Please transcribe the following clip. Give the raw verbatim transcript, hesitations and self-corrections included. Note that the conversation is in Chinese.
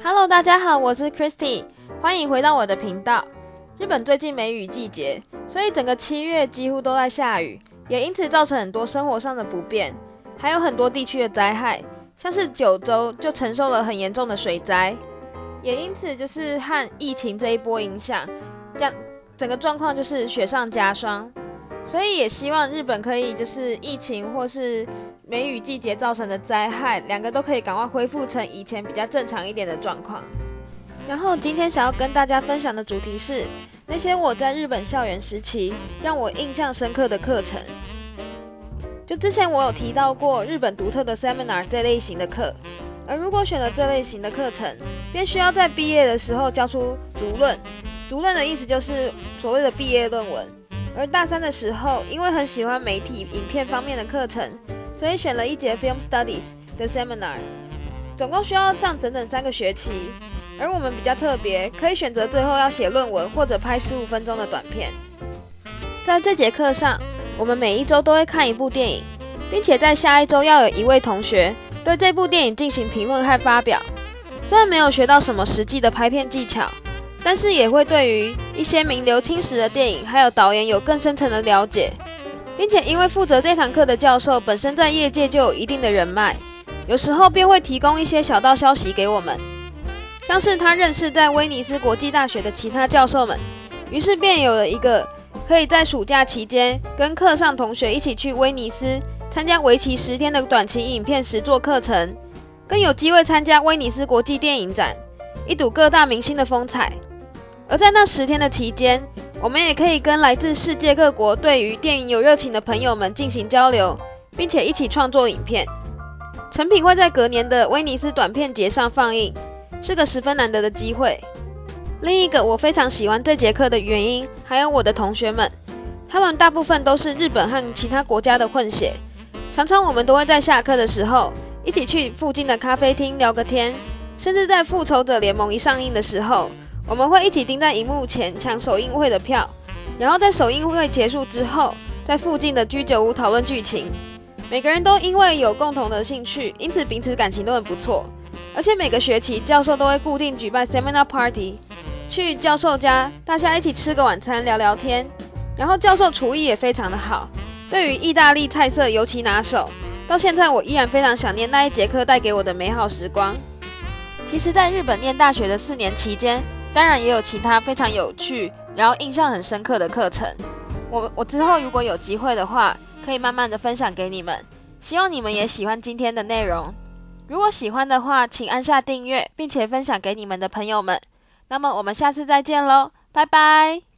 Hello， 大家好，我是 Christy， 欢迎回到我的频道。日本最近梅雨季节，所以整个七月几乎都在下雨，也因此造成很多生活上的不便，还有很多地区的灾害，像是九州就承受了很严重的水灾，也因此就是和疫情这一波影响，这样整个状况就是雪上加霜。所以也希望日本可以就是疫情或是梅雨季节造成的灾害，两个都可以赶快恢复成以前比较正常一点的状况。然后今天想要跟大家分享的主题是那些我在日本校园时期让我印象深刻的课程。就之前我有提到过日本独特的 seminar 这类型的课，而如果选了这类型的课程，便需要在毕业的时候交出卒论。卒论的意思就是所谓的毕业论文。而大三的时候，因为很喜欢媒体影片方面的课程，所以选了一节 Film Studies 的 Seminar， 总共需要上整整三个学期。而我们比较特别，可以选择最后要写论文或者拍十五分钟的短片。在这节课上，我们每一周都会看一部电影，并且在下一周要有一位同学对这部电影进行评论和发表。虽然没有学到什么实际的拍片技巧，但是也会对于一些名留青史的电影还有导演有更深层的了解，并且因为负责这堂课的教授本身在业界就有一定的人脉，有时候便会提供一些小道消息给我们，像是他认识在威尼斯国际大学的其他教授们，于是便有了一个可以在暑假期间跟课上同学一起去威尼斯参加为期十天的短期影片实作课程，更有机会参加威尼斯国际电影展，一睹各大明星的风采。而在那十天的期间，我们也可以跟来自世界各国对于电影有热情的朋友们进行交流，并且一起创作影片。成品会在隔年的威尼斯短片节上放映，是个十分难得的机会。另一个我非常喜欢这节课的原因，还有我的同学们，他们大部分都是日本和其他国家的混血，常常我们都会在下课的时候一起去附近的咖啡厅聊个天，甚至在复仇者联盟一上映的时候，我们会一起盯在荧幕前抢首映会的票，然后在首映会结束之后，在附近的居酒屋讨论剧情。每个人都因为有共同的兴趣，因此彼此感情都很不错。而且每个学期教授都会固定举办 seminar party， 去教授家大家一起吃个晚餐聊聊天。然后教授厨艺也非常的好，对于意大利菜色尤其拿手。到现在我依然非常想念那一节课带给我的美好时光。其实在日本念大学的四年期间，当然也有其他非常有趣然后印象很深刻的课程，我我之后如果有机会的话，可以慢慢的分享给你们，希望你们也喜欢今天的内容。如果喜欢的话，请按下订阅，并且分享给你们的朋友们。那么我们下次再见咯，拜拜。